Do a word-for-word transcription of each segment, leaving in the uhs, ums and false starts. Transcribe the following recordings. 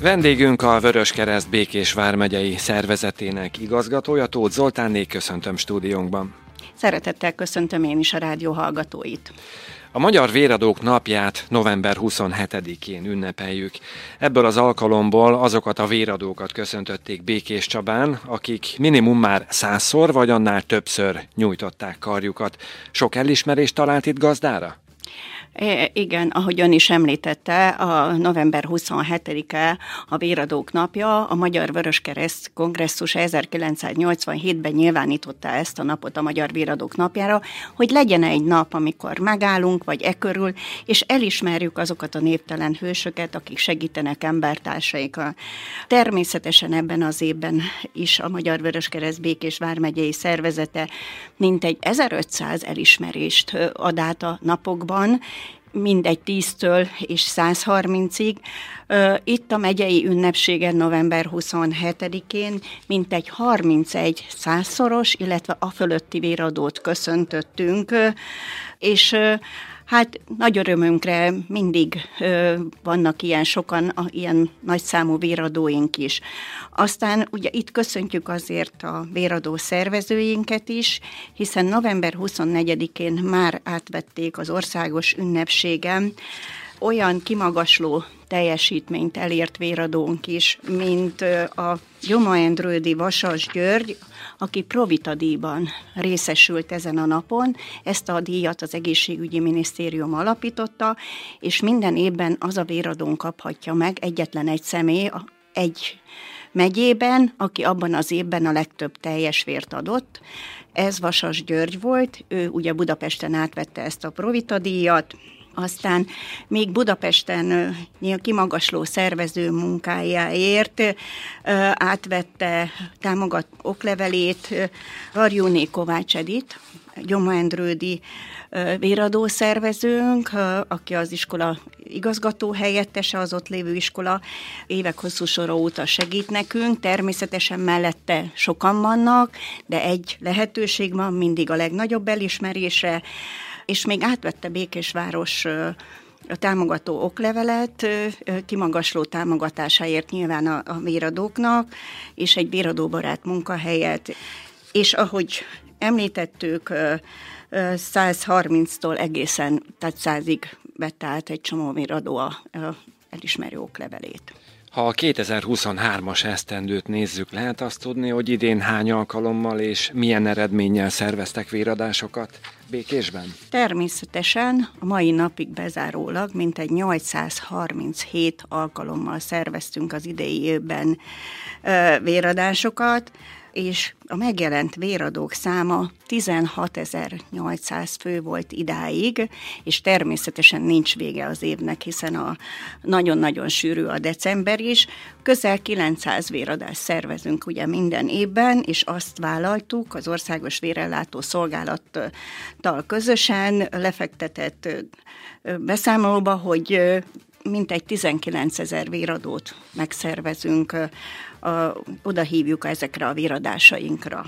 Vendégünk a Vöröskereszt Békés vármegyei szervezetének igazgatója, Tóth Zoltánné, köszöntöm stúdiónkban. Szeretettel köszöntöm én is a rádió hallgatóit. A Magyar Véradók napját november huszonhetedikén ünnepeljük. Ebből az alkalomból azokat a véradókat köszöntötték Békéscsabán, akik minimum már százszor vagy annál többször nyújtották karjukat. Sok elismerést talált itt gazdára? É, igen, ahogy ön is említette, a november huszonhetedike a Véradók napja, a Magyar Vöröskereszt kongresszus ezerkilencszáznyolcvanhétben nyilvánította ezt a napot a Magyar Véradók napjára, hogy legyen egy nap, amikor megállunk, vagy e körül, és elismerjük azokat a névtelen hősöket, akik segítenek embertársaikkal. Természetesen ebben az évben is a Magyar Vöröskereszt Békés vármegyei szervezete mintegy ezerötszáz elismerést ad át a napokban, mindegy tíztől és százharmincig. Itt a megyei ünnepségen november huszonhetedikén mintegy harmincegy százszoros, illetve a fölötti véradót köszöntöttünk, és hát nagy örömünkre mindig ö, vannak ilyen sokan, a, ilyen nagyszámú véradóink is. Aztán ugye itt köszöntjük azért a véradó szervezőinket is, hiszen november huszonnegyedikén már átvették az országos ünnepségen olyan kimagasló teljesítményt elért véradónk is, mint a Gyoma-Endrődi Vasas György, aki Provita díjban részesült ezen a napon. Ezt a díjat az Egészségügyi Minisztérium alapította, és minden évben az a véradón kaphatja meg egyetlen egy személy, egy megyében, aki abban az évben a legtöbb teljes vért adott. Ez Vasas György volt, ő ugye Budapesten átvette ezt a Provita díjat. Aztán még Budapesten kimagasló szervező munkájáért átvette támogat oklevelét Varjúné Kovács Edit, Gyoma-Endrődi véradó szervezőnk, aki az iskola igazgató helyettese, az ott lévő iskola évek hosszú sora óta segít nekünk. Természetesen mellette sokan vannak, de egy lehetőség van mindig a legnagyobb elismerésre, és még átvette Békésváros a támogató oklevelet, kimagasló támogatásáért nyilván a, a véradóknak, és egy véradóbarát munkahelyet, és ahogy említettük, százharminctól egészen, tehát százig vette át egy csomó véradó a, a elismerő oklevelét. Ha a kétezer-huszonhármas esztendőt nézzük, lehet azt tudni, hogy idén hány alkalommal és milyen eredménnyel szerveztek véradásokat Békésben? Természetesen a mai napig bezárólag mintegy nyolcszázharminchét alkalommal szerveztünk az idei évben ö, véradásokat, és a megjelent véradók száma tizenhatezer-nyolcszáz fő volt idáig, és természetesen nincs vége az évnek, hiszen a nagyon-nagyon sűrű a december is. Közel kilencszáz véradást szervezünk ugye minden évben, és azt vállaltuk az Országos Vérellátó Szolgálattal közösen lefektetett beszámolóba, hogy mintegy tizenkilencezer véradót megszervezünk, a, oda hívjuk ezekre a véradásainkra.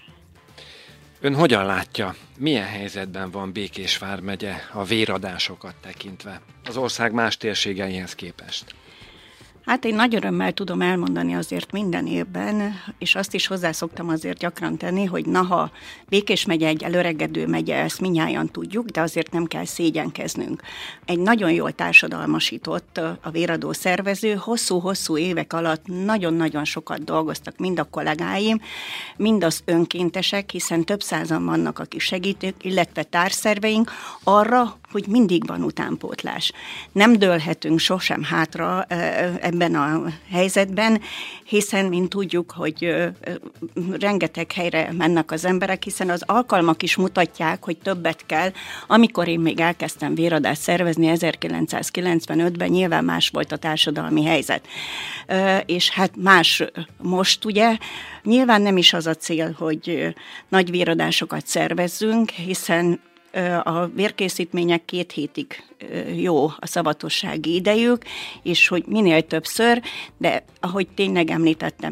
Ön hogyan látja, milyen helyzetben van Békés vármegye a véradásokat tekintve az ország más térségeihez képest? Hát én nagy örömmel tudom elmondani azért minden évben, és azt is hozzá szoktam azért gyakran tenni, hogy naha Békés megye egy előregedő megye, ezt mindnyájan tudjuk, de azért nem kell szégyenkeznünk. Egy nagyon jól társadalmasított a véradó szervező, hosszú-hosszú évek alatt nagyon-nagyon sokat dolgoztak mind a kollégáim, mind az önkéntesek, hiszen több százan vannak, akik segítők, illetve társszerveink arra, hogy mindig van utánpótlás. Nem dőlhetünk sosem hátra ebben a helyzetben, hiszen, mint tudjuk, hogy rengeteg helyre mennek az emberek, hiszen az alkalmak is mutatják, hogy többet kell. Amikor én még elkezdtem véradást szervezni ezerkilencszázkilencvenötben, nyilván más volt a társadalmi helyzet. És hát más most, ugye, nyilván nem is az a cél, hogy nagy véradásokat szervezzünk, hiszen a vérkészítmények két hétig jó a szavatossági idejük, és hogy minél többször, de ahogy tényleg említettem is,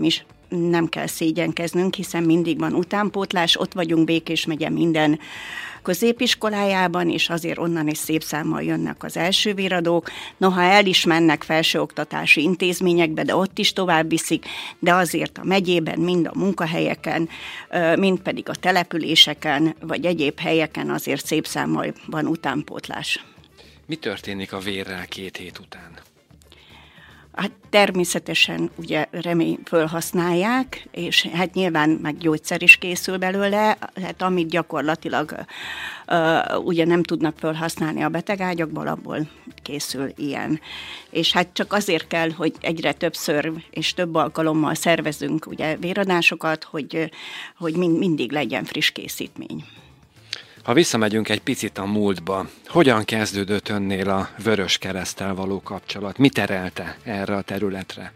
nem kell szégyenkeznünk, hiszen mindig van utánpótlás, ott vagyunk Békés megye minden középiskolájában, és azért onnan is szép számmal jönnek az első véradók. Noha el is mennek felsőoktatási intézményekbe, de ott is tovább viszik, de azért a megyében, mind a munkahelyeken, mind pedig a településeken, vagy egyéb helyeken azért szép számmal van utánpótlás. Mi történik a vérrel két hét után? Hát természetesen ugye remény fölhasználják, és hát nyilván meg gyógyszer is készül belőle, hát amit gyakorlatilag uh, ugye nem tudnak fölhasználni a betegágyakból, abból készül ilyen. És hát csak azért kell, hogy egyre többször és több alkalommal szervezünk ugye véradásokat, hogy, hogy mind, mindig legyen friss készítmény. Ha visszamegyünk egy picit a múltba, hogyan kezdődött önnél a Vöröskereszttel való kapcsolat? Mi terelte erre a területre?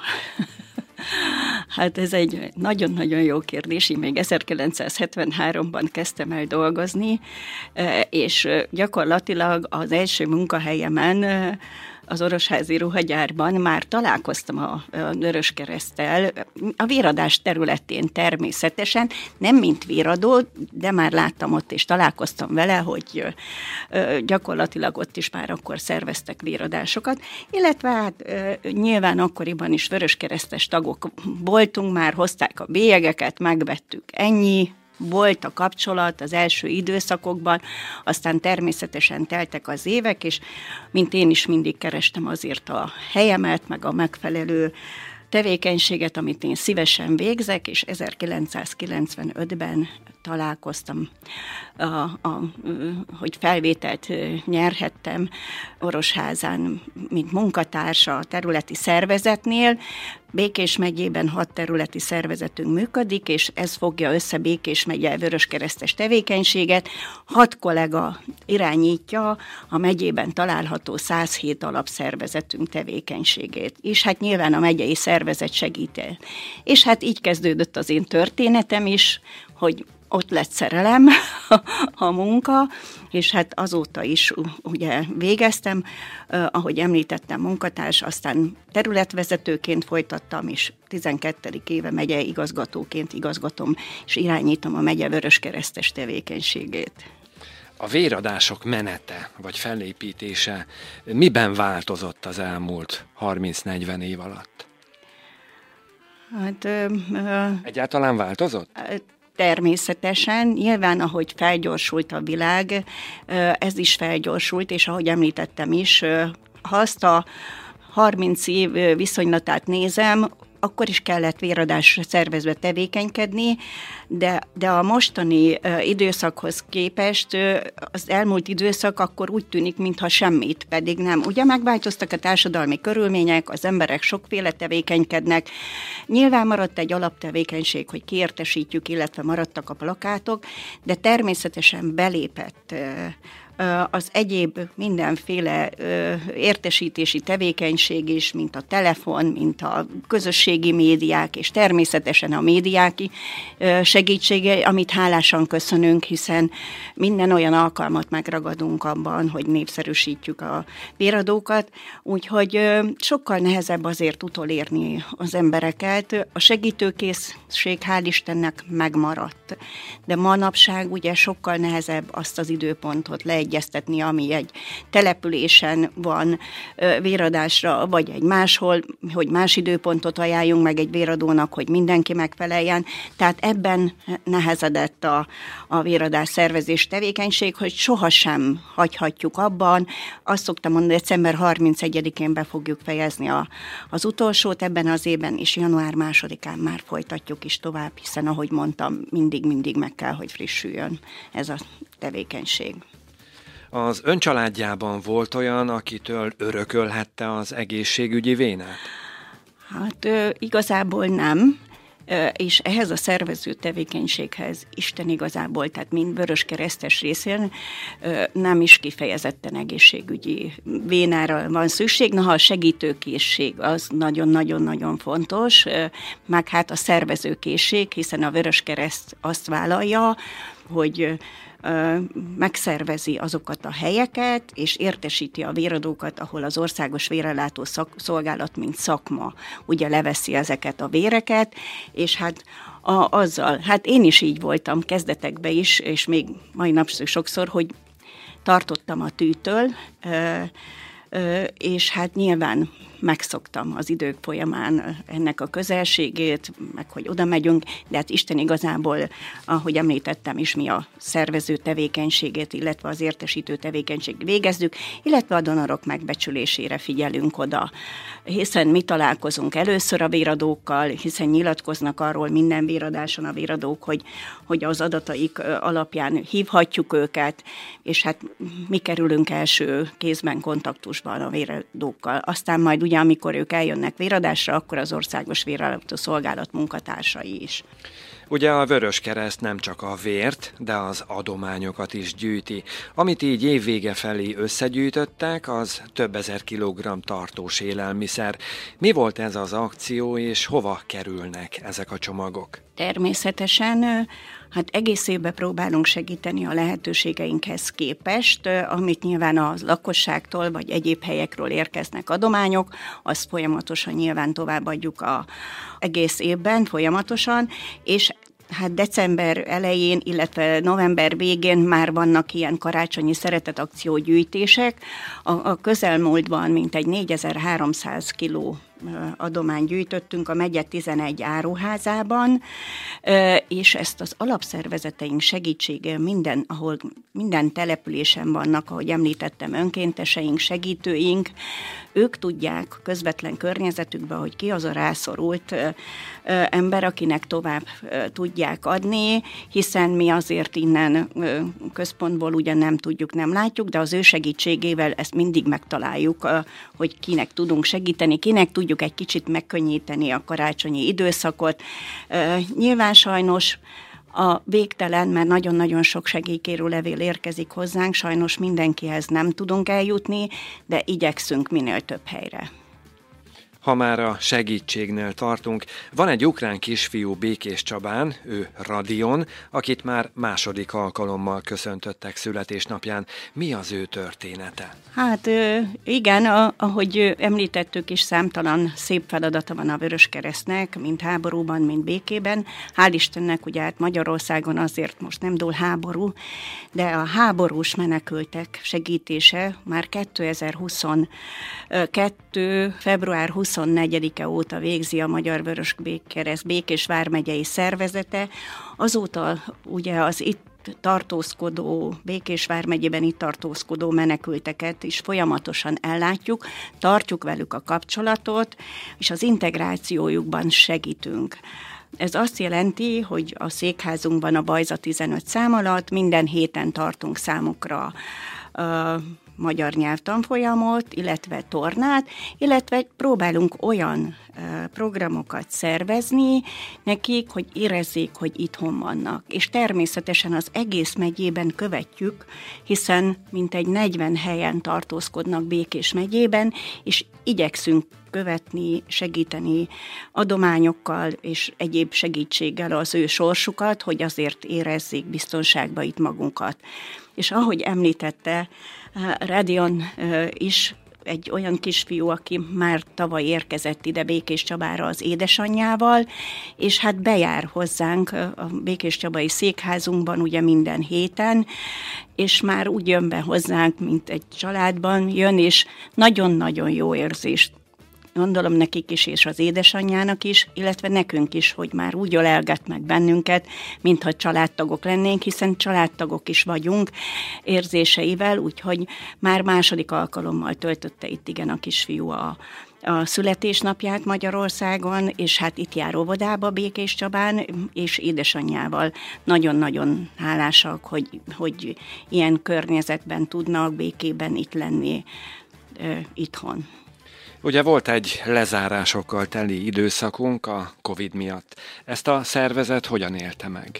Hát ez egy nagyon-nagyon jó kérdés. Én még ezerkilencszázhetvenháromban kezdtem el dolgozni, és gyakorlatilag az első munkahelyemen az Orosházi ruhagyárban már találkoztam a Vöröskereszttel, a véradás területén természetesen, nem mint véradó, de már láttam ott, és találkoztam vele, hogy gyakorlatilag ott is már akkor szerveztek véradásokat, illetve hát nyilván akkoriban is vöröskeresztes tagok voltunk, már hozták a bélyegeket, megvettük, ennyi, volt a kapcsolat az első időszakokban, aztán természetesen teltek az évek, és mint én is mindig kerestem azért a helyemet, meg a megfelelő tevékenységet, amit én szívesen végzek, és ezerkilencszázkilencvenötben találkoztam, a, a, hogy felvételt nyerhettem Orosházán, mint munkatársa a területi szervezetnél. Békés megyében hat területi szervezetünk működik, és ez fogja össze Békés megye vöröskeresztes tevékenységet. Hat kollega irányítja a megyében található száz hét alapszervezetünk tevékenységét. És hát nyilván a megyei szervezet segít el. És hát így kezdődött az én történetem is, hogy ott lett szerelem a munka, és hát azóta is ugye végeztem, ahogy említettem, munkatárs, aztán területvezetőként folytattam, és tizenkettedik éve megyei igazgatóként igazgatom, és irányítom a megye vöröskeresztes tevékenységét. A véradások menete, vagy felépítése miben változott az elmúlt harminc-negyven év alatt? Hát... Ö, ö, Egyáltalán változott? Természetesen, nyilván, ahogy felgyorsult a világ, ez is felgyorsult, és ahogy említettem is, ha azt a harminc év viszonylatát nézem, akkor is kellett véradás szervezve tevékenykedni, de, de a mostani uh, időszakhoz képest uh, az elmúlt időszak akkor úgy tűnik, mintha semmit, pedig nem. Ugye megváltoztak a társadalmi körülmények, az emberek sokféle tevékenykednek. Nyilván maradt egy alaptevékenység, hogy kiértesítjük, illetve maradtak a plakátok, de természetesen belépett uh, az egyéb mindenféle értesítési tevékenység is, mint a telefon, mint a közösségi médiák, és természetesen a médiák segítsége, amit hálásan köszönünk, hiszen minden olyan alkalmat megragadunk abban, hogy népszerűsítjük a véradókat, úgyhogy sokkal nehezebb azért utolérni az embereket. A segítőkészség hál' Istennek megmaradt, de manapság ugye sokkal nehezebb azt az időpontot leegyeztetni, egyeztetni, ami egy településen van véradásra, vagy egy máshol, hogy más időpontot ajánljunk meg egy véradónak, hogy mindenki megfeleljen. Tehát ebben nehezedett a, a véradás szervezés tevékenység, hogy sohasem hagyhatjuk abban. Azt szoktam mondani, december harmincegyedikén be fogjuk fejezni a, az utolsót ebben az évben, és január másodikán már folytatjuk is tovább, hiszen ahogy mondtam, mindig-mindig meg kell, hogy frissüljön ez a tevékenység. Az ön családjában volt olyan, akitől örökölhette az egészségügyi vénát? Hát igazából nem, és ehhez a szervező tevékenységhez Isten igazából, tehát mind vöröskeresztes részén nem is kifejezetten egészségügyi vénára van szükség, na ha a segítőkészség az nagyon-nagyon-nagyon fontos, meg hát a szervezőkészség, hiszen a Vöröskereszt azt vállalja, hogy megszervezi azokat a helyeket, és értesíti a véradókat, ahol az Országos Vérellátó Szolgálat, mint szakma, ugye leveszi ezeket a véreket, és hát a, azzal, hát én is így voltam kezdetekben is, és még mai nap sokszor, hogy tartottam a tűtől, és hát nyilván megszoktam az idők folyamán ennek a közelségét, meg hogy oda megyünk, de hát Isten igazából, ahogy említettem is, mi a szervező tevékenységét, illetve az értesítő tevékenységet végezzük, illetve a donorok megbecsülésére figyelünk oda. Hiszen mi találkozunk először a véradókkal, hiszen nyilatkoznak arról minden véradáson a véradók, hogy, hogy az adataik alapján hívhatjuk őket, és hát mi kerülünk első kézben kontaktusban a véradókkal. Aztán majd ugye, amikor ők eljönnek véradásra, akkor az Országos Vérellátó Szolgálat munkatársai is. Ugye a Vöröskereszt nem csak a vért, de az adományokat is gyűjti. Amit így évvége felé összegyűjtöttek, az több ezer kilogramm tartós élelmiszer. Mi volt ez az akció, és hova kerülnek ezek a csomagok? Természetesen, hát egész évben próbálunk segíteni a lehetőségeinkhez képest, amit nyilván a lakosságtól vagy egyéb helyekről érkeznek adományok, azt folyamatosan nyilván továbbadjuk a egész évben folyamatosan, és hát december elején, illetve november végén már vannak ilyen karácsonyi szeretetakció gyűjtések. A, a közelmúltban mintegy négyezer-háromszáz kiló adományt gyűjtöttünk a megye tizenegy áruházában, és ezt az alapszervezeteink segítsége minden, ahol minden településen vannak, ahogy említettem, önkénteseink, segítőink, ők tudják közvetlen környezetükben, hogy ki az a rászorult ember, akinek tovább tudják adni, hiszen mi azért innen központból ugyan nem tudjuk, nem látjuk, de az ő segítségével ezt mindig megtaláljuk, hogy kinek tudunk segíteni, kinek tudjuk egy kicsit megkönnyíteni a karácsonyi időszakot. Nyilván sajnos a végtelen, mert nagyon-nagyon sok segélykérő levél érkezik hozzánk, sajnos mindenkihez nem tudunk eljutni, de igyekszünk minél több helyre. Ha már a segítségnél tartunk, van egy ukrán kisfiú Békéscsabán, ő Radion, akit már második alkalommal köszöntöttek születésnapján. Mi az ő története? Hát igen, ahogy említettük is, számtalan szép feladata van a Vöröskeresztnek, mind háborúban, mind békében. Hál' Istennek, ugye hát Magyarországon azért most nem dől háború, de a háborús menekültek segítése már kétezer-huszonkettő. február huszonnegyedike óta végzi a Magyar Vöröskereszt Békés vármegyei szervezete. Azóta ugye az itt tartózkodó, Békés vármegyében itt tartózkodó menekülteket is folyamatosan ellátjuk, tartjuk velük a kapcsolatot, és az integrációjukban segítünk. Ez azt jelenti, hogy a székházunkban a Bajza tizenöt szám alatt minden héten tartunk számukra uh, magyar nyelvtanfolyamot, illetve tornát, illetve próbálunk olyan uh, programokat szervezni nekik, hogy érezzék, hogy itthon vannak. És természetesen az egész megyében követjük, hiszen mintegy negyven helyen tartózkodnak Békés megyében, és igyekszünk követni, segíteni adományokkal és egyéb segítséggel az ő sorsukat, hogy azért érezzék biztonságba itt magunkat. És ahogy említette, Radion is egy olyan kisfiú, aki már tavaly érkezett ide Békéscsabára az édesanyjával, és hát bejár hozzánk a Békéscsabai székházunkban ugye minden héten, és már úgy jön be hozzánk, mint egy családban jön, és nagyon-nagyon jó érzést gondolom nekik is, és az édesanyjának is, illetve nekünk is, hogy már úgy ölelget meg bennünket, mintha családtagok lennénk, hiszen családtagok is vagyunk érzéseivel, úgyhogy már második alkalommal töltötte itt igen a kisfiú a, a születésnapját Magyarországon, és hát itt jár óvodába Békéscsabán, és édesanyjával nagyon-nagyon hálásak, hogy, hogy ilyen környezetben tudnak békében itt lenni ö, itthon. Ugye volt egy lezárásokkal teli időszakunk a Covid miatt. Ezt a szervezet hogyan élte meg?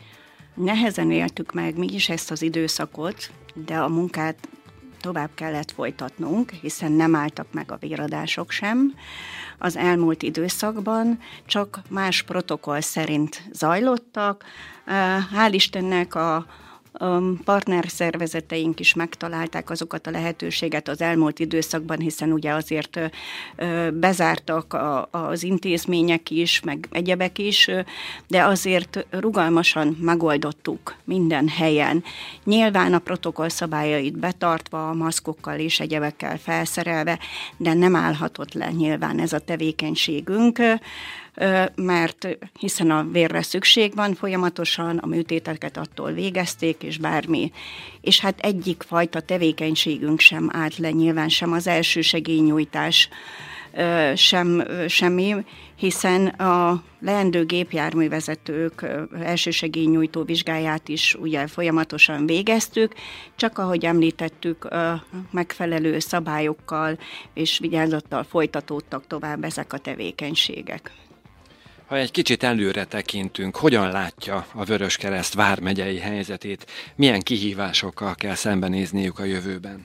Nehezen éltük meg mi is ezt az időszakot, de a munkát tovább kellett folytatnunk, hiszen nem álltak meg a véradások sem. Az elmúlt időszakban csak más protokoll szerint zajlottak. Hál' Istennek a A partnerszervezeteink is megtalálták azokat a lehetőséget az elmúlt időszakban, hiszen ugye azért bezártak az intézmények is, meg egyebek is, de azért rugalmasan megoldottuk minden helyen. Nyilván a protokoll szabályait betartva, a maszkokkal és egyebekkel felszerelve, de nem állhatott le nyilván ez a tevékenységünk, mert hiszen a vérre szükség van folyamatosan, a műtéteket attól végezték, és bármi. És hát egyik fajta tevékenységünk sem állt le, nyilván sem az elsősegélynyújtás, sem semmi, hiszen a leendő gépjárművezetők elsősegélynyújtó vizsgáját is ugye folyamatosan végeztük, csak ahogy említettük, megfelelő szabályokkal és vigyázattal folytatódtak tovább ezek a tevékenységek. Ha egy kicsit előre tekintünk, hogyan látja a Vöröskereszt vármegyei helyzetét, milyen kihívásokkal kell szembenézniük a jövőben?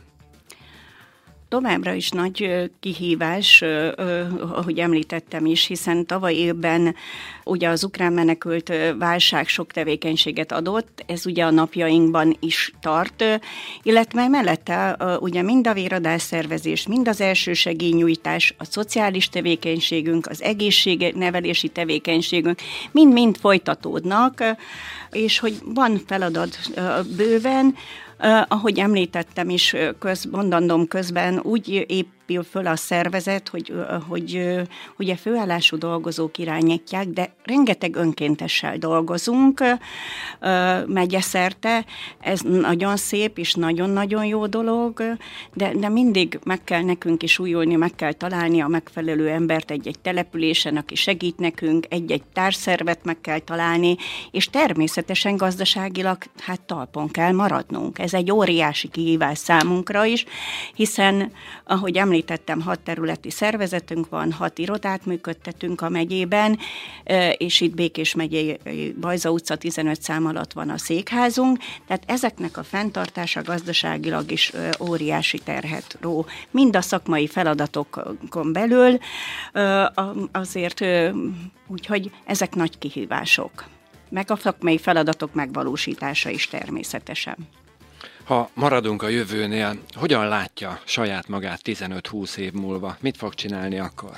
Továbbra is nagy kihívás, ahogy említettem is, hiszen tavaly évben ugye az ukrán menekült válság sok tevékenységet adott, ez ugye a napjainkban is tart, illetve mellette ugye mind a véradásszervezés, mind az elsősegélynyújtás, a szociális tevékenységünk, az egészségnevelési tevékenységünk mind-mind folytatódnak, és hogy van feladat bőven. Uh, ahogy említettem is, köz, mondandóm közben úgy épül föl a szervezet, hogy, uh, hogy uh, ugye főállású dolgozók irányítják, de rengeteg önkéntessel dolgozunk uh, megyeszerte. Ez nagyon szép és nagyon-nagyon jó dolog, de, de mindig meg kell nekünk is újulni, meg kell találni a megfelelő embert egy-egy településen, aki segít nekünk, egy-egy társszervet meg kell találni, és természetesen gazdaságilag hát talpon kell maradnunk. Ez egy óriási kihívás számunkra is, hiszen, ahogy említettem, hat területi szervezetünk van, hat irodát működtetünk a megyében, és itt Békés megyei Bajza utca tizenöt szám alatt van a székházunk, tehát ezeknek a fenntartása gazdaságilag is óriási terhet ró. Mind a szakmai feladatokon belül, azért úgyhogy ezek nagy kihívások. Meg a szakmai feladatok megvalósítása is természetesen. Ha maradunk a jövőnél, hogyan látja saját magát tizenöt-húsz év múlva? Mit fog csinálni akkor?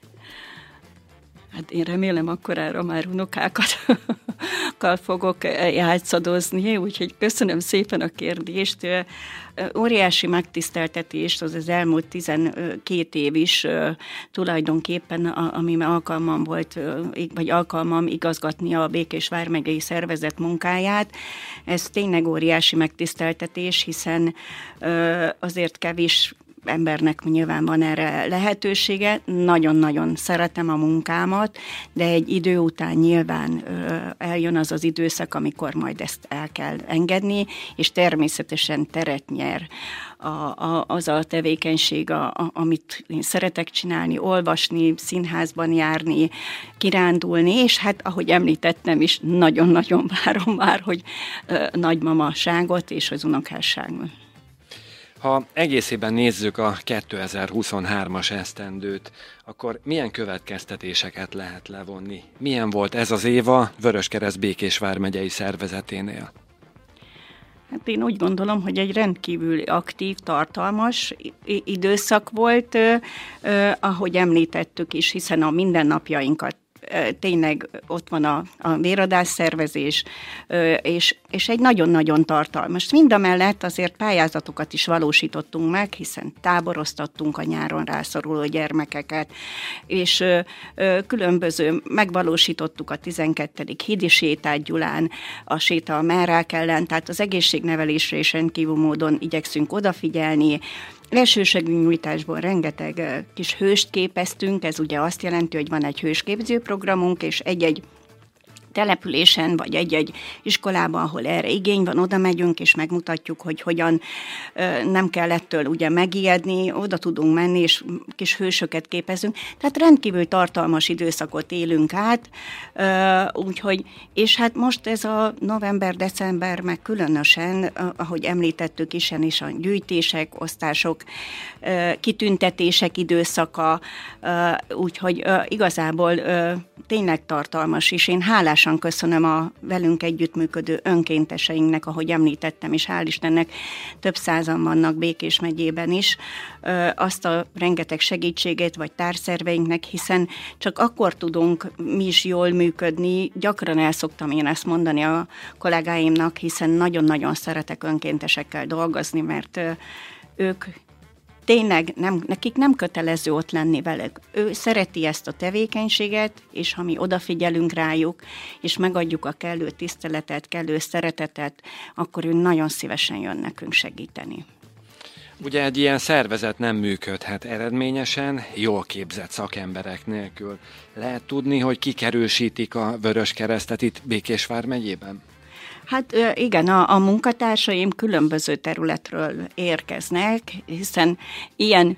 Hát én remélem, akkorára már unokákat fogok játszadozni, úgyhogy köszönöm szépen a kérdést. Óriási megtiszteltetést az az elmúlt tizenkét év is tulajdonképpen, ami alkalmam volt, vagy alkalmam igazgatni a Békés vármegyei szervezet munkáját. Ez tényleg óriási megtiszteltetés, hiszen azért kevés embernek nyilván van erre lehetősége, nagyon-nagyon szeretem a munkámat, de egy idő után nyilván eljön az az időszak, amikor majd ezt el kell engedni, és természetesen teret nyer a, a, az a tevékenység, a, a, amit én szeretek csinálni, olvasni, színházban járni, kirándulni, és hát ahogy említettem is, nagyon-nagyon várom már, hogy ö, nagymamaságot és az unokásságot. Ha egészében nézzük a kétezer-huszonhármas esztendőt, akkor milyen következtetéseket lehet levonni? Milyen volt ez az év a Vöröskereszt Békés vármegyei szervezeténél? Hát én úgy gondolom, hogy egy rendkívül aktív, tartalmas időszak volt, eh, ahogy említettük is, hiszen a mindennapjainkat tényleg ott van a, a véradásszervezés, és, és egy nagyon-nagyon tartalmas. Mindamellett azért pályázatokat is valósítottunk meg, hiszen táboroztattunk a nyáron rászoruló gyermekeket, és különböző, megvalósítottuk a tizenkettedik hídi sétát Gyulán, a séta a merrák ellen, tehát az egészségnevelésre is rendkívül módon igyekszünk odafigyelni. Elsősegélynyújtásból rengeteg kis hőst képeztünk, ez ugye azt jelenti, hogy van egy hősképző programunk, és egy-egy településen, vagy egy-egy iskolában, ahol erre igény van, oda megyünk, és megmutatjuk, hogy hogyan nem kell ettől ugye megijedni, oda tudunk menni, és kis hősöket képezünk. Tehát rendkívül tartalmas időszakot élünk át, úgyhogy, és hát most ez a november-december, meg különösen, ahogy említettük is, is a gyűjtések, osztások, kitüntetések időszaka, úgyhogy igazából tényleg tartalmas is. Én hálás hálásan köszönöm a velünk együttműködő önkénteseinknek, ahogy említettem, és hál' Istennek több százan vannak Békés megyében is, azt a rengeteg segítségét, vagy társszerveinknek, hiszen csak akkor tudunk mi is jól működni. Gyakran el szoktam én ezt mondani a kollégáimnak, hiszen nagyon-nagyon szeretek önkéntesekkel dolgozni, mert ők tényleg nem, nekik nem kötelező ott lenni velük. Ő szereti ezt a tevékenységet, és ha mi odafigyelünk rájuk, és megadjuk a kellő tiszteletet, kellő szeretetet, akkor ő nagyon szívesen jön nekünk segíteni. Ugye egy ilyen szervezet nem működhet eredményesen, jól képzett szakemberek nélkül. Lehet tudni, hogy kik erősítik a Vöröskeresztet itt Békés vármegyében? Hát igen, a, a munkatársaim különböző területről érkeznek, hiszen ilyen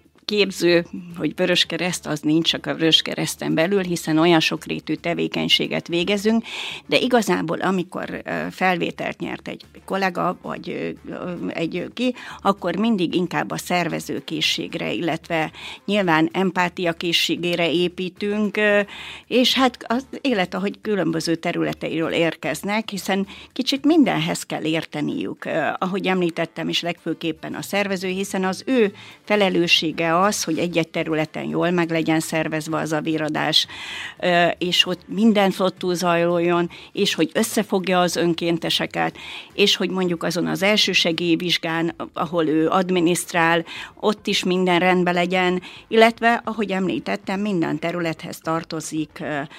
képző, hogy Vöröskereszt, az nincs csak a Vöröskereszten belül, hiszen olyan sokrétű tevékenységet végezünk, de igazából amikor felvételt nyert egy kollega, vagy egy ki, akkor mindig inkább a szervezőkészségre, illetve nyilván empátiakészségére építünk, és hát az élet, ahogy különböző területeiről érkeznek, hiszen kicsit mindenhez kell érteniük, ahogy említettem is legfőképpen a szervező, hiszen az ő felelőssége az, hogy egy-egy területen jól meg legyen szervezve az a véradás, és hogy minden flottul zajoljon, és hogy összefogja az önkénteseket, és hogy mondjuk azon az elsősegélyvizsgán, ahol ő adminisztrál, ott is minden rendben legyen, illetve, ahogy említettem, minden területhez tartozik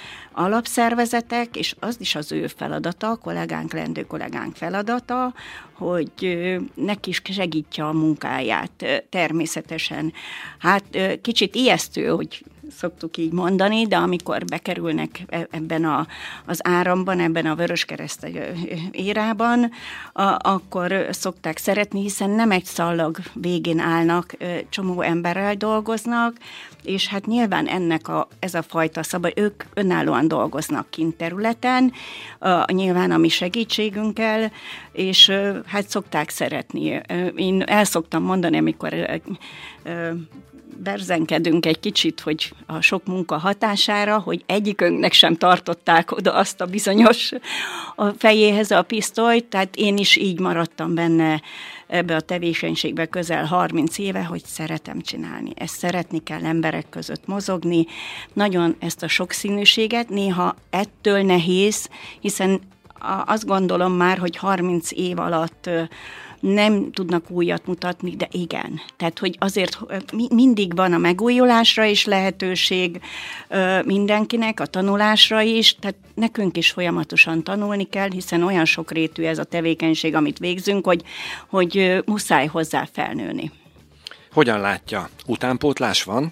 alapszervezetek, és az is az ő feladata, a kollégánk, lendő kollégánk feladata, hogy neki is segítse a munkáját természetesen. Hát kicsit ijesztő, hogy szoktuk így mondani, de amikor bekerülnek ebben a, az áramban, ebben a Vöröskereszt érában, a, akkor szokták szeretni, hiszen nem egy szallag végén állnak, csomó emberrel dolgoznak, és hát nyilván ennek a, ez a fajta szabad, ők önállóan dolgoznak kint területen, a, nyilván a mi segítségünkkel, és hát szokták szeretni. Én el szoktam mondani, amikor berzenkedünk egy kicsit, hogy a sok munka hatására, hogy egyikünknek sem tartották oda azt a bizonyos a fejéhez a pisztolyt, tehát én is így maradtam benne ebbe a tevékenységbe közel harminc éve, hogy szeretem csinálni. Ezt szeretni kell emberek között mozogni, nagyon ezt a sokszínűséget, néha ettől nehéz, hiszen azt gondolom már, hogy harminc év alatt nem tudnak újat mutatni, de igen. Tehát, hogy azért mindig van a megújulásra is lehetőség mindenkinek, a tanulásra is, tehát nekünk is folyamatosan tanulni kell, hiszen olyan sokrétű ez a tevékenység, amit végzünk, hogy, hogy muszáj hozzá felnőni. Hogyan látja? Utánpótlás van?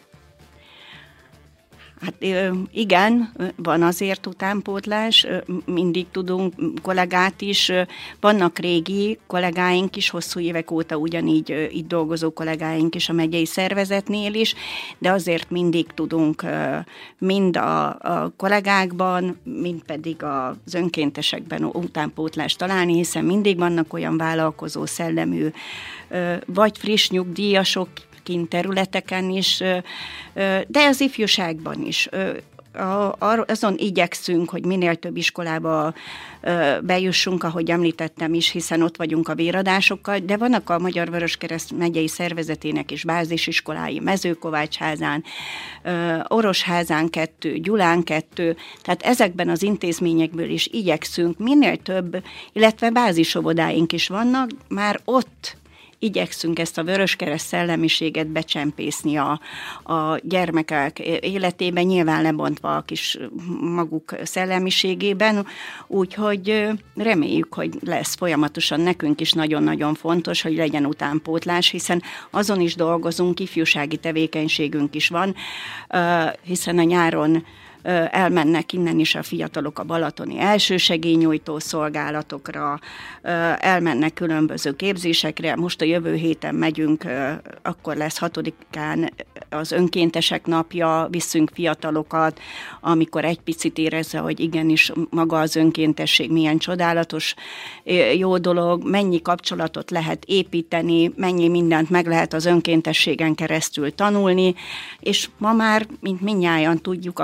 Hát igen, van azért utánpótlás, mindig tudunk kollégát is, vannak régi kollégáink is, hosszú évek óta ugyanígy itt dolgozó kollégáink is a megyei szervezetnél is, de azért mindig tudunk mind a, a kollégákban, mind pedig az önkéntesekben utánpótlást találni, hiszen mindig vannak olyan vállalkozó szellemű, vagy friss nyugdíjasok, kint területeken is, de az ifjúságban is. Azon igyekszünk, hogy minél több iskolába bejussunk, ahogy említettem is, hiszen ott vagyunk a véradásokkal, de vannak a Magyar Vöröskereszt megyei szervezetének is bázisiskolái, Mezőkovácsházán, Orosházán kettő, Gyulán kettő, tehát ezekben az intézményekből is igyekszünk minél több, illetve bázisobodáink is vannak, már ott igyekszünk ezt a Vöröskereszt szellemiséget becsempészni a, a gyermekek életében, nyilván lebontva a kis maguk szellemiségében, úgyhogy reméljük, hogy lesz folyamatosan nekünk is nagyon-nagyon fontos, hogy legyen utánpótlás, hiszen azon is dolgozunk, ifjúsági tevékenységünk is van, hiszen a nyáron elmennek innen is a fiatalok a balatoni elsősegélynyújtó szolgálatokra, elmennek különböző képzésekre. Most a jövő héten megyünk, akkor lesz hatodikán az önkéntesek napja, viszünk fiatalokat, amikor egy picit érezze, hogy igenis maga az önkéntesség milyen csodálatos, jó dolog, mennyi kapcsolatot lehet építeni, mennyi mindent meg lehet az önkéntességen keresztül tanulni, és ma már, mint mindnyájan tudjuk, a kapcsolat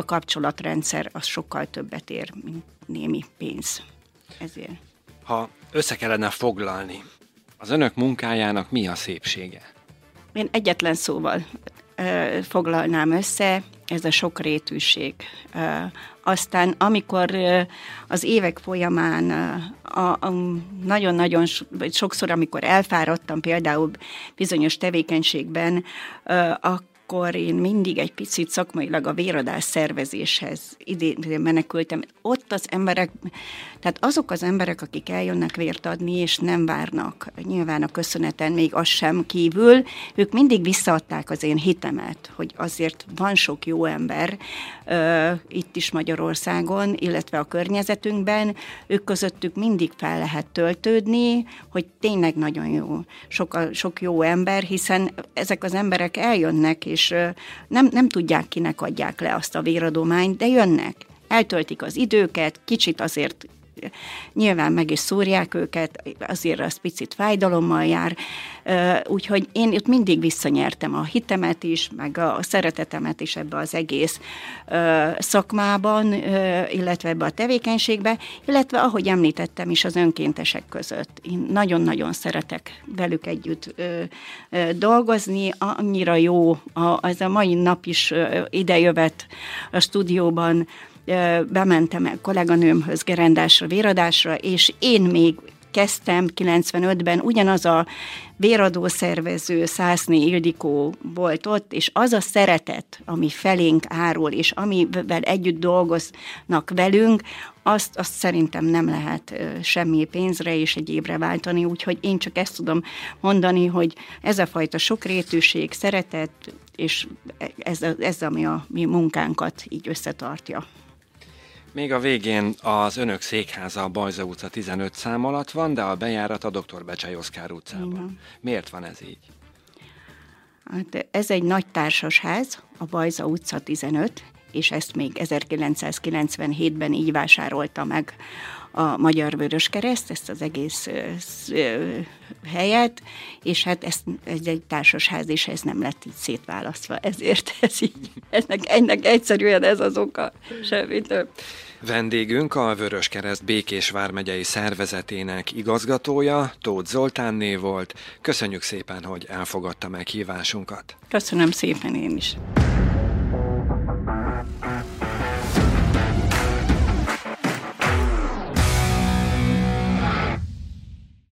kapcsolatrendszer az sokkal többet ér, mint némi pénz. Ezért. Ha össze kellene foglalni, az önök munkájának mi a szépsége? Én egyetlen szóval ö, foglalnám össze, ez a sokrétűség. Ö, aztán amikor ö, az évek folyamán ö, a, a, nagyon-nagyon vagy sokszor, amikor elfáradtam például bizonyos tevékenységben, ö, akkor én mindig egy picit szakmailag a véradás szervezéshez idén menekültem. Ott az emberek, tehát azok az emberek, akik eljönnek vért adni, és nem várnak nyilván a köszöneten még az sem kívül, ők mindig visszaadták az én hitemet, hogy azért van sok jó ember uh, itt is Magyarországon, illetve a környezetünkben, ők közöttük mindig fel lehet töltődni, hogy tényleg nagyon jó, sok, sok jó ember, hiszen ezek az emberek eljönnek, és uh, nem, nem tudják, kinek adják le azt a véradományt, de jönnek. Eltöltik az időket, kicsit azért nyilván meg is szúrják őket, azért az picit fájdalommal jár, úgyhogy én itt mindig visszanyertem a hitemet is, meg a szeretetemet is ebbe az egész szakmában, illetve ebbe a tevékenységbe, illetve ahogy említettem is az önkéntesek között. Én nagyon-nagyon szeretek velük együtt dolgozni, annyira jó, az a mai nap is idejövet a stúdióban, bementem el kolléganőmhöz gerendásra, véradásra, és én még kezdtem kilencvenötben, ugyanaz a véradószervező Szászné Ildikó volt ott, és az a szeretet, ami felénk árul, és amivel együtt dolgoznak velünk, azt, azt szerintem nem lehet semmi pénzre és egy évre váltani, úgyhogy én csak ezt tudom mondani, hogy ez a fajta sokrétűség, szeretet, és ez, ez ami a mi munkánkat így összetartja. Még a végén az önök székháza a Bajza utca tizenöt szám alatt van, de a bejárat a doktor Becsey Oszkár utcában. Igen. Miért van ez így? Hát ez egy nagy társasház, a Bajza utca tizenöt, és ezt még ezerkilencszázkilencvenhétben így vásárolta meg a Magyar Vöröskereszt, ezt az egész ö, helyet, és hát ez, ez egy társasház, és ez nem lett így szétválasztva, ezért ez így, ennek, ennek egyszerűen ez az oka, semmi több. Vendégünk a Vöröskereszt Békés vármegyei szervezetének igazgatója, Tóth Zoltánné volt. Köszönjük szépen, hogy elfogadta meghívásunkat. Köszönöm szépen én is.